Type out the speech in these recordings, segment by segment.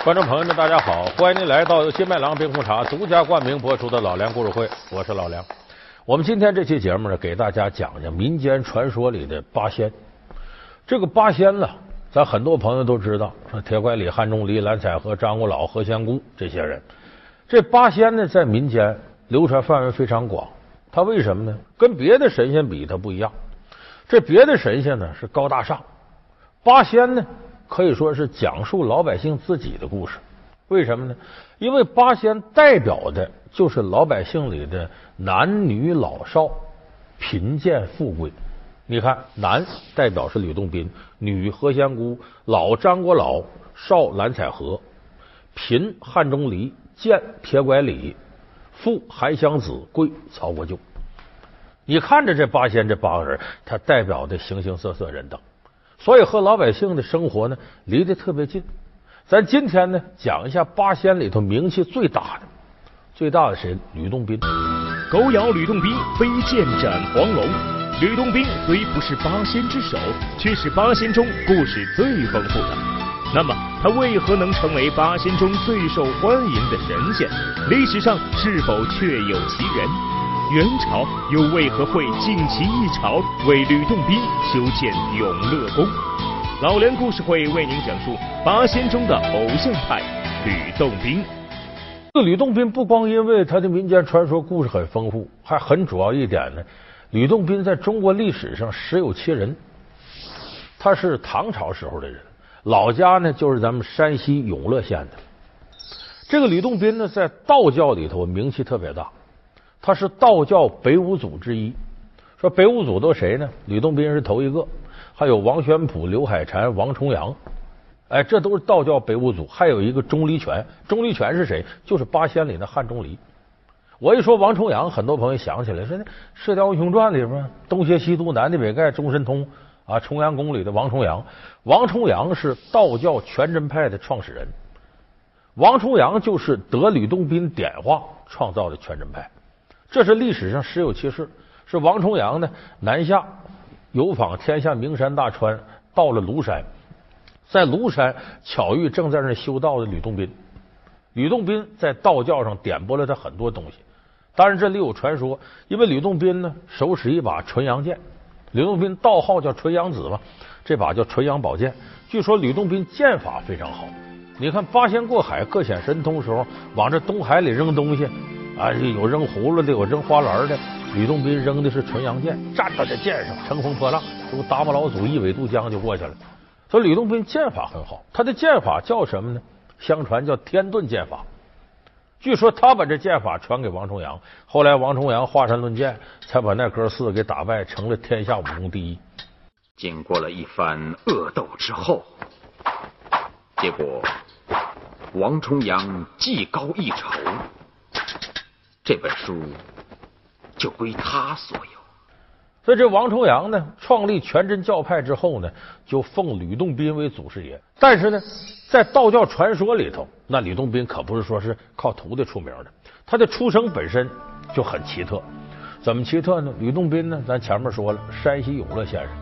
观众朋友们，大家好，欢迎您来到由金麦郎冰红茶独家冠名播出的老梁故事会，我是老梁。我们今天这期节目呢，给大家讲讲民间传说里的八仙。这个八仙呢，咱很多朋友都知道，说铁拐李、汉钟离、蓝采和、张果老、何仙姑这些人。这八仙呢，在民间流传范围非常广。它为什么呢？跟别的神仙比，它不一样。这别的神仙呢是高大上，八仙呢可以说是讲述老百姓自己的故事。为什么呢？因为八仙代表的就是老百姓里的男女老少、贫贱富贵。你看，男代表是吕洞宾，女何仙姑，老张果老，少蓝采和，贫汉钟离，贱铁拐李，富韩湘子，贵曹国舅。你看着这八仙这八个人，他代表的形形色色人等，所以和老百姓的生活呢离得特别近。咱今天呢讲一下八仙里头名气最大的谁？吕洞宾。 狗咬吕洞宾，飞剑斩黄龙。吕洞宾虽不是八仙之首，却是八仙中故事最丰富的。那么他为何能成为八仙中最受欢迎的神仙？历史上是否确有其人？元朝又为何会尽其一朝为吕洞宾修建永乐宫？老梁故事会为您讲述八仙中的偶像派吕洞宾。 这吕洞宾不光因为他的民间传说故事很丰富，还很主要一点呢，吕洞宾在中国历史上实有其人。他是唐朝时候的人，老家呢就是咱们山西永乐县的。这个吕洞宾呢，在道教里头名气特别大，他是道教北五祖之一。说北五祖都谁呢？吕洞宾是头一个，还有王玄圃、刘海禅、王重阳，哎，这都是道教北五祖。还有一个钟离权，钟离权是谁？就是八仙里的汉钟离。我一说王重阳，很多朋友想起来说，《射雕英雄传》里边东邪西毒南帝北丐终身通啊，重阳宫里的王重阳。王重阳是道教全真派的创始人，王重阳就是得吕洞宾点化创造的全真派，这是历史上实有其事。是王重阳呢南下游访天下名山大川，到了庐山，在庐山巧遇正在那修道的吕洞宾。吕洞宾在道教上点拨了他很多东西，当然这里有传说，因为吕洞宾呢手使一把纯阳剑，吕洞宾道号叫纯阳子嘛，这把叫纯阳宝剑。据说吕洞宾剑法非常好，你看八仙过海各显神通时候，往这东海里扔东西啊，有扔葫芦的，有扔花篮的，吕洞宾扔的是纯阳剑，站到这剑上乘风破浪，从达摩老祖一苇渡江就过去了。所以吕洞宾剑法很好，他的剑法叫什么呢？相传叫天遁剑法。据说他把这剑法传给王重阳，后来王重阳华山论剑，才把那哥四个给打败，成了天下武功第一。 经过了一番恶斗之后，结果王重阳技高一筹，这本书就归他所有。 所以这王重阳呢，创立全真教派之后呢，就奉吕洞宾为祖师爷。但是呢，在道教传说里头，那吕洞宾可不是说是靠徒弟出名的，他的出生本身就很奇特。怎么奇特呢？吕洞宾呢，咱前面说了，山西永乐县人。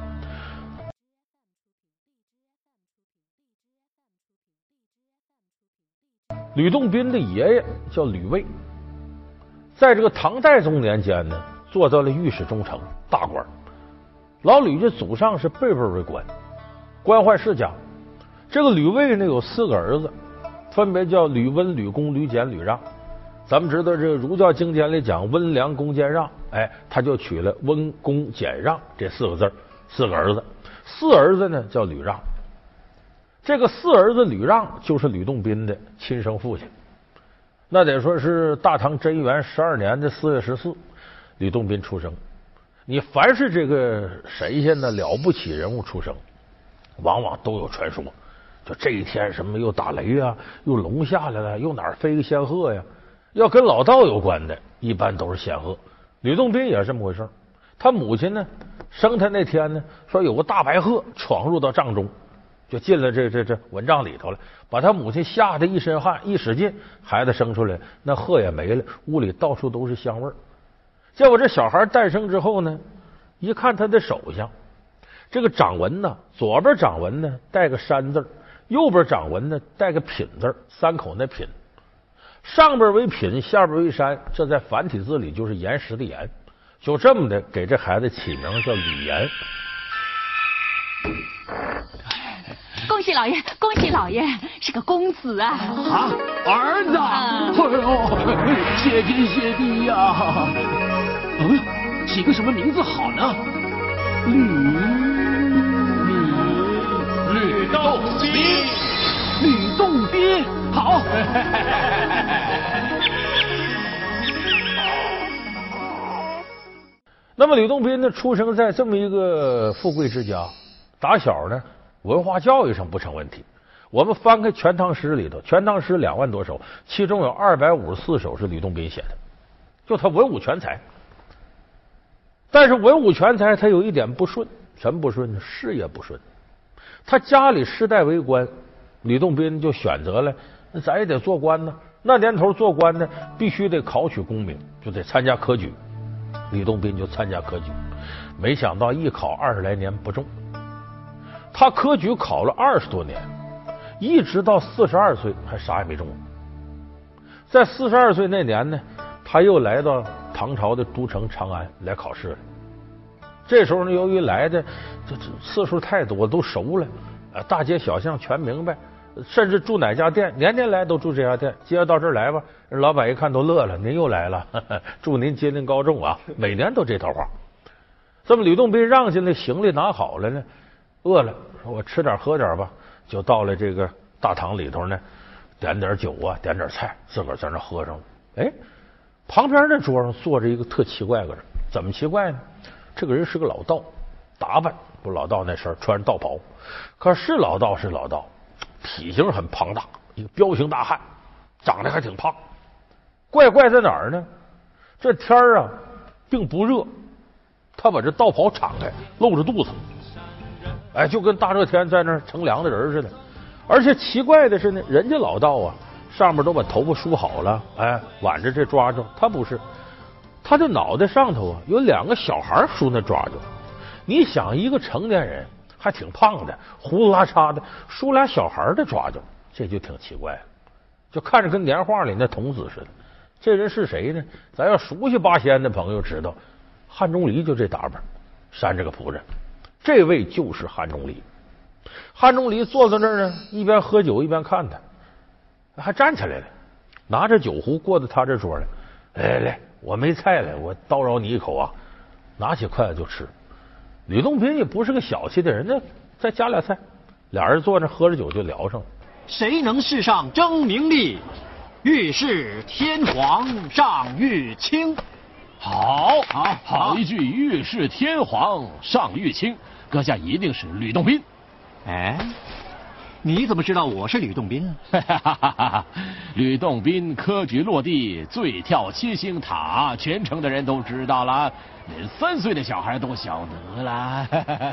吕洞宾的爷爷叫吕卫，在这个唐代宗年间呢，做到了御史中丞大官。老吕这祖上是辈辈为官，官宦世家。这个吕卫呢有4个儿子，分别叫吕温、吕公、吕简、吕让。咱们知道这个儒教经典里讲温良恭俭让，哎，他就取了温公俭让这4个字，4个儿子。4儿子呢叫吕让。这个4儿子吕让就是吕洞宾的亲生父亲。那得说是大唐贞元12年的4月14，吕洞宾出生。你凡是这个神仙的了不起人物出生，往往都有传说，就这一天什么又打雷啊，又龙下来了，又哪儿飞个仙鹤呀，要跟老道有关的一般都是仙鹤。吕洞宾也是这么回事。他母亲呢生他那天呢，说有个大白鹤闯入到帐中，就进了这蚊帐里头了，把他母亲吓得一身汗，一使劲，孩子生出来，那鹤也没了，屋里到处都是香味儿。结果这小孩诞生之后呢，一看他的手上，这个掌纹呢，左边掌纹呢带个山字， 右边掌纹呢带个品字，三口那品，上边为品，下边为山，这在繁体字里就是岩石的岩。就这么的给这孩子起名叫吕岩。 恭喜老爷，恭喜老爷，是个公子啊！ 啊，儿子！哎呦，谢天谢地呀！起个什么名字好呢？ 吕洞宾， 吕洞宾，好。 那么吕洞宾呢，出生在这么一个富贵之家，打小呢文化教育上不成问题。我们翻开《全唐诗》里头，《全唐诗》2万多首，其中有254首是吕洞宾写的，就他文武全才。但是文武全才他有一点不顺，什么不顺呢？事业不顺。他家里世代为官，吕洞宾就选择了，那咱也得做官呢。那年头做官呢，必须得考取功名，就得参加科举。吕洞宾就参加科举，没想到一考20来年不中。他科举考了20多年，一直到42岁还啥也没中。在42岁那年呢，他又来到唐朝的都城长安来考试了。这时候呢，由于来的这次数太多，都熟了，大街小巷全明白，甚至住哪家店，年年来都住这家店。接着到这儿来吧，老板一看都乐了，您又来了，呵呵，祝您接令高中啊！每年都这套话。这么吕洞宾让进来，行李拿好了呢，饿了，说我吃点喝点吧，就到了这个大堂里头呢，点点酒啊，点点菜，自个儿在那喝上了。哎，旁边那桌上坐着一个特奇怪个人，怎么奇怪呢？这个人是个老道，打扮不老道那身，穿着道袍，可是老道是老道，体型很庞大，一个彪形大汉，长得还挺胖。怪在哪儿呢？这天啊并不热，他把这道袍敞开，露着肚子，哎，就跟大热天在那儿乘凉的人似的。而且奇怪的是呢，人家老道啊，上面都把头发梳好了，哎，挽着这抓着，他不是，他的脑袋上头啊有2个小孩梳那抓着。你想，一个成年人还挺胖的，胡子拉碴的，梳俩小孩的抓着，这就挺奇怪了，就看着跟年画里那童子似的。这人是谁呢？咱要熟悉八仙的朋友知道，汉钟离就这打扮，扇着个仆人。这位就是汉钟离。汉钟离坐在那儿呢，一边喝酒一边看他，还站起来了，拿着酒壶过到他这桌来，来，我没菜了，我叨扰你一口啊！拿起筷子就吃。吕洞宾也不是个小气的人，那再加俩菜，俩人坐那喝着酒就聊上了。 谁能世上争名利？欲是天皇上玉清。 好一句欲是天皇上玉清，阁下一定是吕洞宾。 哎，你怎么知道我是吕洞宾啊？吕洞宾科举落地，醉跳7星塔，全城的人都知道了，连3岁的小孩都晓得了。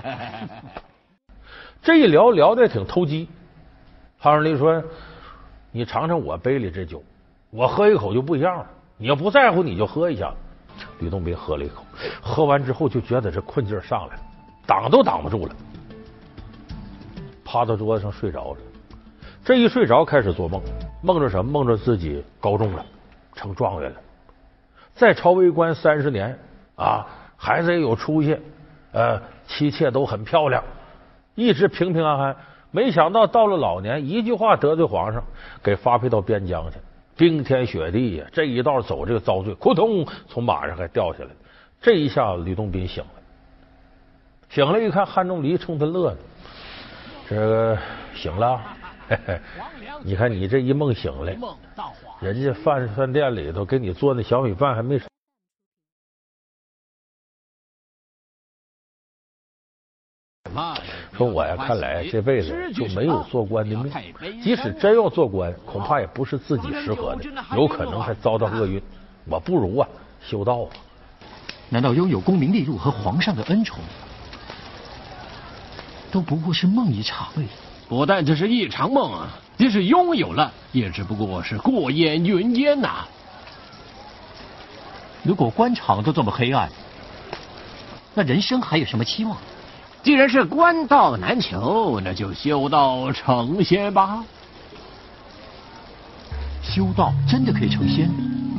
这一聊的也挺投机。汉钟离说：“你尝尝我杯里这酒，我喝一口就不一样了。你要不在乎，你就喝一下。”吕洞宾喝了一口，喝完之后就觉得这困劲上来了，挡都挡不住了，趴到桌子上睡着了。这一睡着开始做梦，梦着什么？梦着自己高中了，成状元了，在朝为官30年啊，孩子也有出息，妻妾都很漂亮，一直平平安安。没想到到了老年，一句话得罪皇上，给发配到边疆去，冰天雪地呀，这一道走这个遭罪，扑通从马上还掉下来。这一下吕洞宾醒了，醒了一看汉钟离冲他乐呢，这个醒了，嘿嘿，你看你这一梦醒来，人家饭店里头给你做那小米饭还没吃。说我呀，看来这辈子就没有做官的命，即使真要做官，恐怕也不是自己适合的，有可能还遭到厄运。我不如啊修道啊。 难道拥有功名利禄和皇上的恩宠，都不过是梦一场？ 不但只是一场梦啊，即使拥有了，也只不过是过眼云烟呐。 如果官场都这么黑暗，那人生还有什么期望？ 既然是官道难求，那就修道成仙吧。 修道真的可以成仙？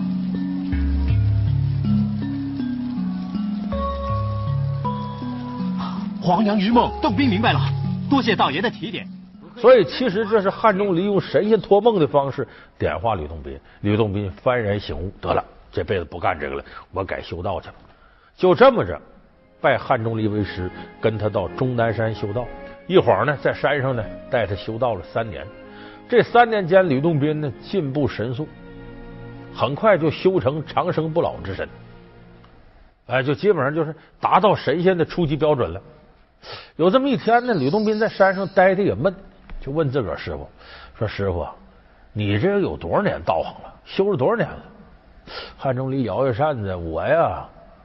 黄杨于梦，邓斌明白了，多谢道爷的提点。 所以其实这是汉钟离用神仙托梦的方式点化吕洞宾。吕洞宾幡然醒悟，得了，这辈子不干这个了，我改修道去了。就这么着，拜汉钟离为师，跟他到终南山修道。一晃呢，在山上呢带他修道了3年。这3年间，吕洞宾呢进步神速，很快就修成长生不老之身。就基本上就是达到神仙的初级标准了。有这么一天呢，吕洞宾在山上待的也闷，就问自个儿师傅说：“师傅，你这有多少年道行了？修了多少年了？”汉钟离摇摇扇子：“我呀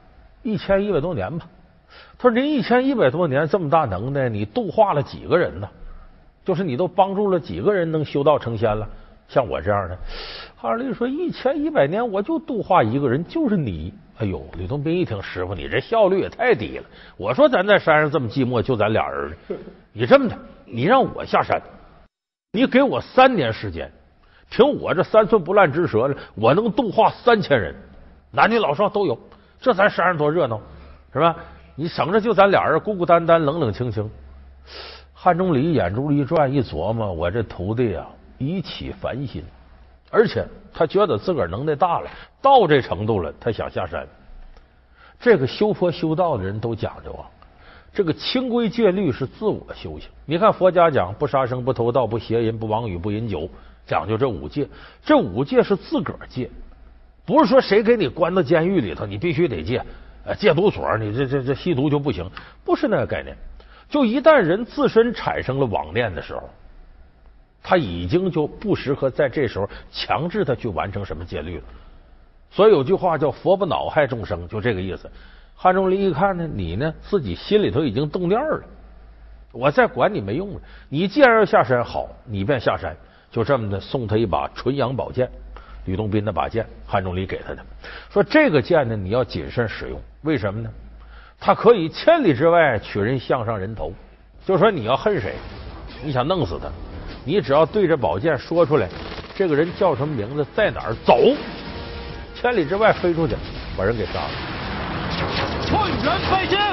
，1100多年吧。”他说：“您1100多年这么大能耐，你度化了几个人呢？就是你都帮助了几个人能修道成仙了？像我这样的。”汉钟离说：“1100年我就度化一个人，就是你。”哎呦，吕洞宾一听，师傅你这效率也太低了。我说咱在山上这么寂寞，就咱俩人了。你这么的，你让我下山，你给我3年时间，凭我这3寸不烂之舌了，我能度化3000人，男女老少都有。这咱山上多热闹，是吧？你省着就咱俩人孤孤单单、冷冷清清。汉钟离眼珠一转，一琢磨，我这徒弟啊，已起烦心。而且他觉得自个儿能耐大了，到这程度了，他想下山。这个修佛修道的人都讲究啊，这个清规戒律是自我修行。你看佛家讲不杀生、不偷盗、不邪淫、不妄语、不饮酒，讲究这5戒。这5戒是自个儿戒，不是说谁给你关到监狱里头，你必须得戒。戒毒所，你这吸毒就不行，不是那个概念。就一旦人自身产生了妄念的时候，他已经就不适合在这时候强制他去完成什么戒律了。所以有句话叫佛不恼害众生，就这个意思。汉钟离一看呢，你呢自己心里头已经动念了，我再管你没用了。你既然要下山，好，你便下山。就这么的送他一把纯阳宝剑，吕洞宾那把剑，汉钟离给他的，说这个剑呢你要谨慎使用。为什么呢？它可以千里之外取人项上人头。就说你要恨谁，你想弄死他，你只要对着宝剑说出来，这个人叫什么名字，在哪儿走，千里之外飞出去，把人给杀了。 万人飞剑！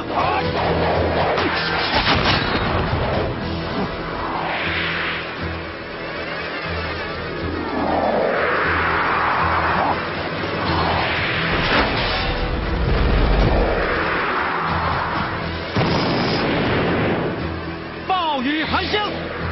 暴雨寒星！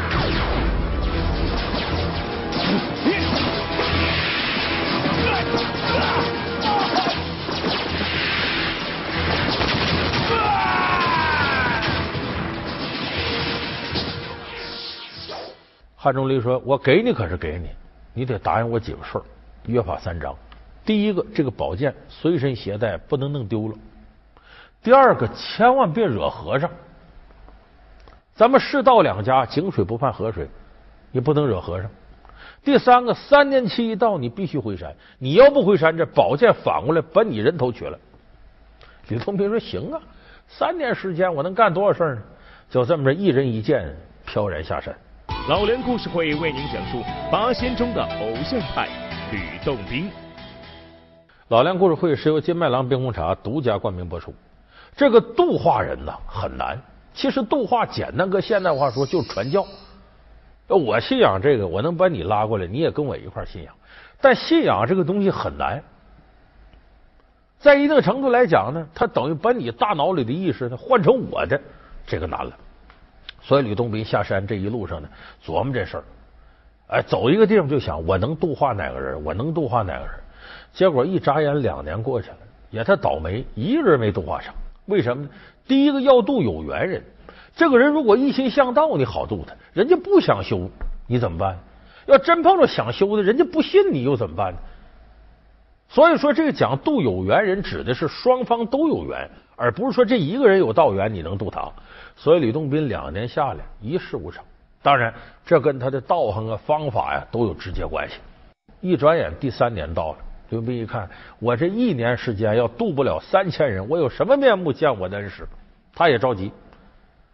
汉钟离说：“我给你可是给你，你得答应我几个事儿，约法3章。第一个，这个宝剑随身携带，不能弄丢了；第二个，千万别惹和尚。咱们世道2家，井水不犯河水，你不能惹和尚。第三个，3年期一到，你必须回山。你要不回山，这宝剑反过来把你人头取了。”吕洞宾说：“行啊，3年时间，我能干多少事呢？”就这么着，一人一剑，飘然下山。 老梁故事会为您讲述8仙中的偶像派吕洞宾。 老梁故事会是由金麦郎冰红茶独家冠名播出。这个度化人呢很难，其实度化简单，搁现代话说就是传教。我信仰这个，我能把你拉过来，你也跟我一块信仰。但信仰这个东西很难，在一定程度来讲呢，它等于把你大脑里的意识呢换成我的，这个难了。所以吕洞宾下山这一路上呢，琢磨这事儿，走一个地方就想我能度化哪个人，我能度化哪个人。结果一眨眼2年过去了，也他倒霉，一个人没度化上。为什么呢？第一个要度有缘人，这个人如果一心向道，你好度他；人家不想修，你怎么办？要真碰着想修的，人家不信你又怎么办呢？所以说，这个讲度有缘人，指的是双方都有缘，而不是说这一个人有道缘你能度他。所以吕洞宾2年下来一事无成，当然这跟他的道行啊方法呀都有直接关系。一转眼第3年到了，吕洞宾一看，我这1年时间要度不了3000人，我有什么面目见我的恩师？他也着急，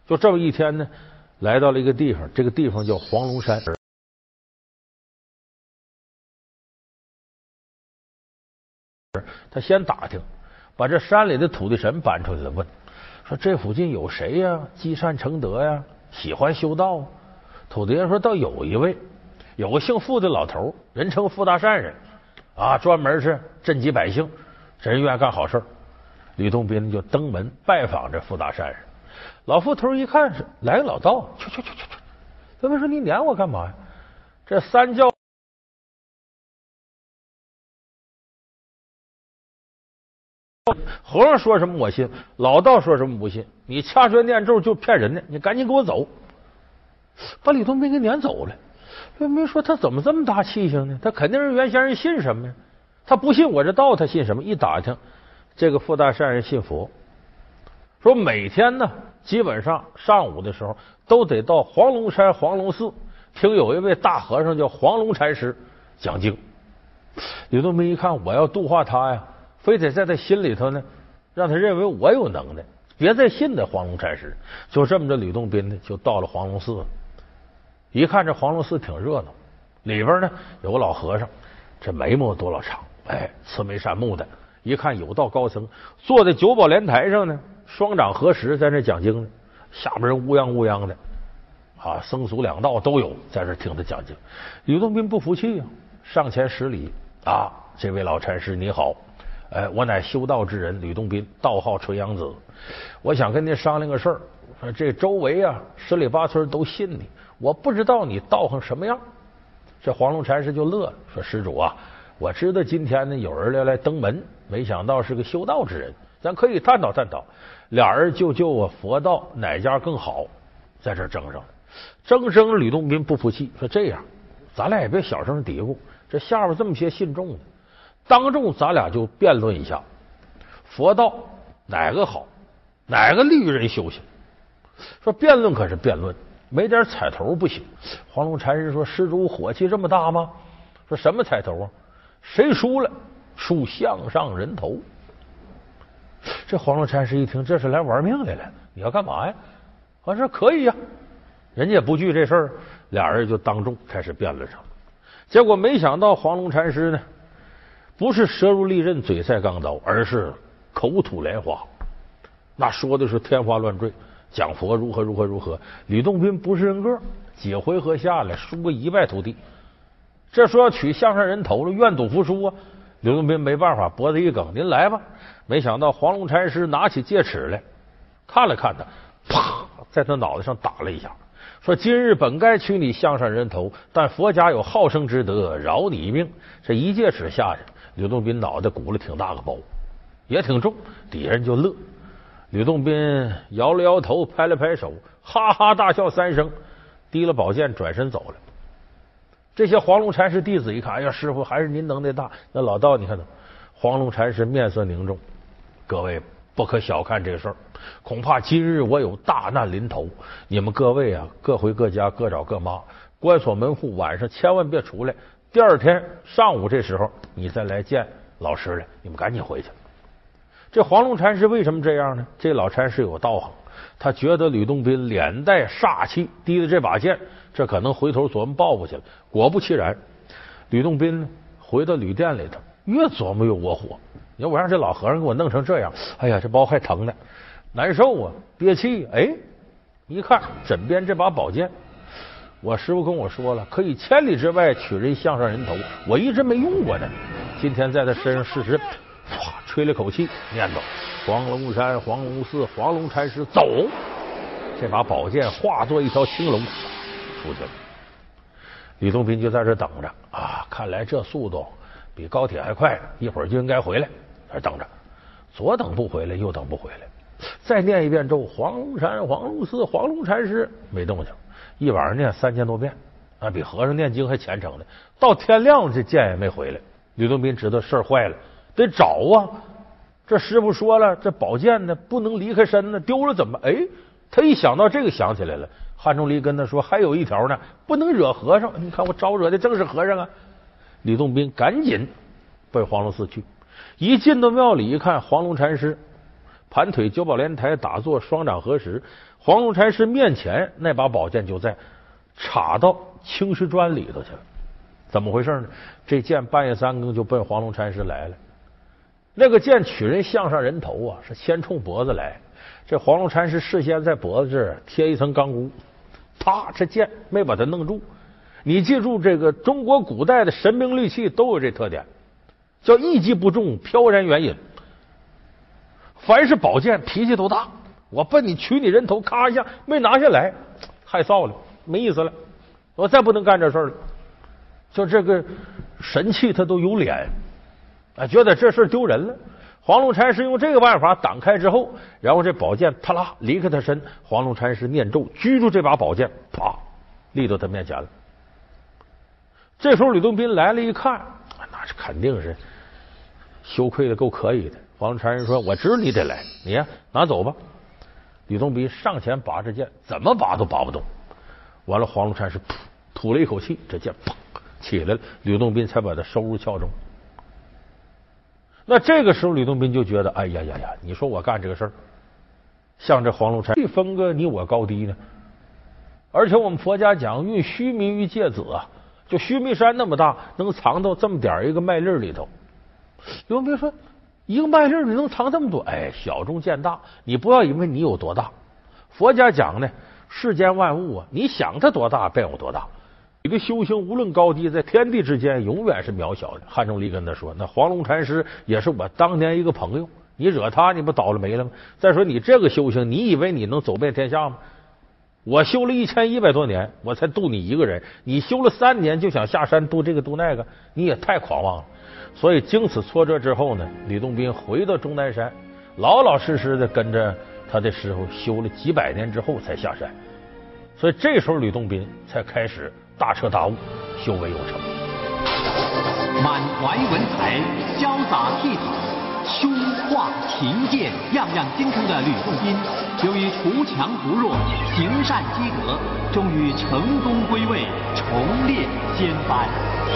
就这么一天呢，来到了一个地方，这个地方叫黄龙山。他先打听，把这山里的土地神搬出来了，问说这附近有谁呀？积善成德呀，喜欢修道啊。土地神说倒有一位，有个姓傅的老头，人称傅大善人啊，专门是赈济百姓，这人愿意干好事。吕洞宾就登门拜访这傅大善人。老傅头一看是来个老道，去，他们说你撵我干嘛呀？这三教和尚说什么我信，老道说什么不信，你掐诀念咒就骗人呢，你赶紧给我走！把吕洞宾给撵走了。吕洞宾说他怎么这么大气性呢？他肯定是原先人信什么呀？他不信我这道，他信什么？一打听，这个傅大善人信佛，说每天呢，基本上上午的时候都得到黄龙山黄龙寺听有一位大和尚叫黄龙禅师讲经。吕洞宾一看，我要度化他呀，非得在他心里头呢，让他认为我有能耐，别再信的黄龙禅师。就这么着，吕洞宾呢就到了黄龙寺。一看这黄龙寺挺热闹，里边呢有个老和尚，这眉毛多老长，慈眉善目的，一看有道高僧，坐在九宝莲台上呢，双掌合十在那讲经呢，下边人乌泱的啊，僧俗两道都有在这听他讲经。吕洞宾不服气啊，上前施礼啊，这位老禅师你好，我乃修道之人吕洞宾，道号纯阳子，我想跟您商量个事儿。说这周围啊十里八村都信你，我不知道你道行什么样。这黄龙禅师就乐了，说施主啊，我知道今天呢有人要来登门，没想到是个修道之人，咱可以探讨探讨，俩人就我佛道哪家更好，在这争上了。争吕洞宾不服气，说这样咱俩也别小声嘀咕，这下边这么些信众呢，当众咱俩就辩论一下，佛道哪个好，哪个利于人修行。说辩论可是辩论，没点彩头不行。黄龙禅师说施主火气这么大吗？说什么彩头啊？谁输了输项上人头。这黄龙禅师一听，这是来玩命来了，你要干嘛呀？我说可以呀，人家也不惧这事儿，俩人就当众开始辩论上了。结果没想到黄龙禅师呢，不是舌如利刃嘴赛钢刀，而是口吐莲花，那说的是天花乱坠，讲佛如何。吕洞宾不是人个，几回合下来输个一败涂地。这说要取项上人头了，愿赌服输啊！吕洞宾没办法，脖子一梗，您来吧。没想到黄龙禅师拿起戒尺来，看了看他，啪，在他脑袋上打了一下，说今日本该取你项上人头，但佛家有好生之德，饶你一命。这一戒尺下去，吕洞宾脑袋鼓了挺大个包，也挺重，底下人就乐。吕洞宾摇了摇头，拍了拍手，哈哈大笑3声，提了宝剑转身走了。这些黄龙禅师弟子一看，哎呀，师傅还是您能耐大。那老道你看到，黄龙禅师面色凝重，各位不可小看这事儿，恐怕今日我有大难临头，你们各位啊，各回各家，各找各妈，关锁门户，晚上千万别出来。第二天上午这时候你再来见老师来，你们赶紧回去。这黄龙禅师为什么这样呢？这老禅师有道行，他觉得吕洞宾脸带煞气，提了这把剑，这可能回头琢磨报复去了。果不其然，吕洞宾呢回到旅店里头，越琢磨越窝火。你说我让这老和尚给我弄成这样，哎呀，这包还疼呢，难受啊，憋气。一看枕边这把宝剑，我师傅跟我说了，可以千里之外取人项上人头，我一直没用过呢。今天在他身上试试，唰，吹了口气，念叨黄龙山黄龙寺黄龙禅师走。这把宝剑化作一条青龙出去了。吕洞宾就在这等着啊，看来这速度比高铁还快，一会儿就应该回来，在这等着。左等不回来，右等不回来，再念一遍咒，黄龙山黄龙寺黄龙禅师，没动静。一晚上念3000多遍啊，比和尚念经还虔诚呢。到天亮这剑也没回来。吕洞宾知道事儿坏了，得找啊。这师傅说了，这宝剑呢不能离开身呢，丢了怎么？他一想到这个想起来了。汉钟离跟他说还有一条呢，不能惹和尚。你看我招惹的正是和尚啊。吕洞宾赶紧奔黄龙寺去，一进到庙里一看，黄龙禅师盘腿九宝莲台，打坐双掌合十，黄龙禅师面前那把宝剑就在，插到青石砖里头去了。怎么回事呢？这剑半夜三更就奔黄龙禅师来了。那个剑取人项上人头啊，是先冲脖子来。这黄龙禅师事先在脖子这儿贴一层钢箍，啪，这剑没把他弄住。你记住，这个中国古代的神兵利器都有这特点，叫一击不中，飘然远引。凡是宝剑脾气都大，我奔你取你人头，咔一下没拿下来，太臊了，没意思了，我再不能干这事了。就这个神器他都有脸啊，觉得这事丢人了。黄龙禅师用这个办法挡开之后，然后这宝剑啪啦离开他身，黄龙禅师念咒居住这把宝剑，啪立到他面前了。这时候吕洞宾来了一看，那是肯定是羞愧的够可以的。黄龙禅师说：“我知道你得来，你呀拿走吧。”吕洞宾上前拔这剑，怎么拔都拔不动。完了，黄龙禅师吐了一口气，这剑砰起来了，吕洞宾才把他收入鞘中。那这个时候，吕洞宾就觉得，哎呀呀呀，你说我干这个事儿，像这黄龙禅师分个你我高低呢？而且我们佛家讲运须弥于芥子啊，就须弥山那么大，能藏到这么点一个麦粒里头。吕洞宾说，一个麦粒你能藏这么多？哎，小中见大，你不要以为你有多大。佛家讲呢，世间万物啊，你想它多大便有多大。一个修行无论高低，在天地之间永远是渺小的。汉钟离跟他说，那黄龙禅师也是我当年一个朋友，你惹他你不倒了霉了吗？再说你这个修行，你以为你能走遍天下吗？我修了1100多年，我才渡你一个人，你修了3年就想下山渡这个渡那个，你也太狂妄了。所以经此挫折之后呢，吕洞宾回到终南山，老老实实的跟着他的师傅修了几百年之后才下山。所以这时候吕洞宾才开始大彻大悟，修为有成。 满怀文采，潇洒倜傥，书画琴剑样样精通的吕洞宾，由于图强不弱，行善积德，终于成功归位，重列仙班。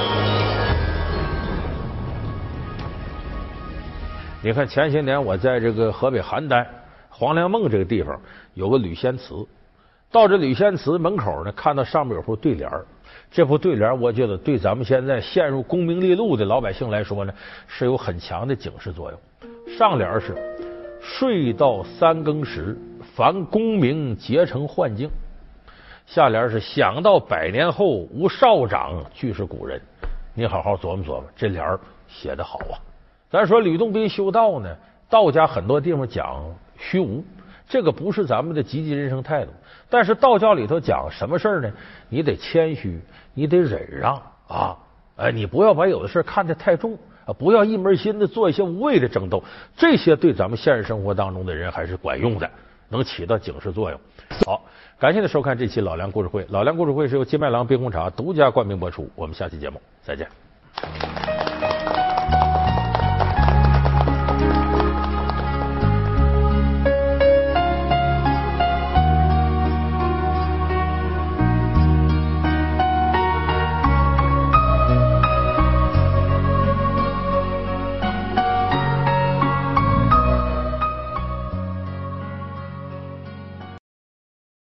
你看前些年我在这个河北邯郸黄粱梦这个地方有个吕仙祠，到这吕仙祠门口呢，看到上面有副对联，这副对联我觉得对咱们现在陷入功名利禄的老百姓来说呢，是有很强的警示作用。上联是睡到3更时，凡功名结成幻境，下联是想到100年后，无少长俱是古人。你好好琢磨琢磨，这联写得好啊。咱说吕洞宾修道呢，道家很多地方讲虚无，这个不是咱们的积极人生态度。但是道教里头讲什么事儿呢？你得谦虚，你得忍让啊！你不要把有的事看得太重啊，不要一门心的做一些无谓的争斗，这些对咱们现实生活当中的人还是管用的，能起到警示作用。好，感谢您收看这期老梁故事会。老梁故事会是由金麦郎冰红茶独家冠名播出，我们下期节目再见。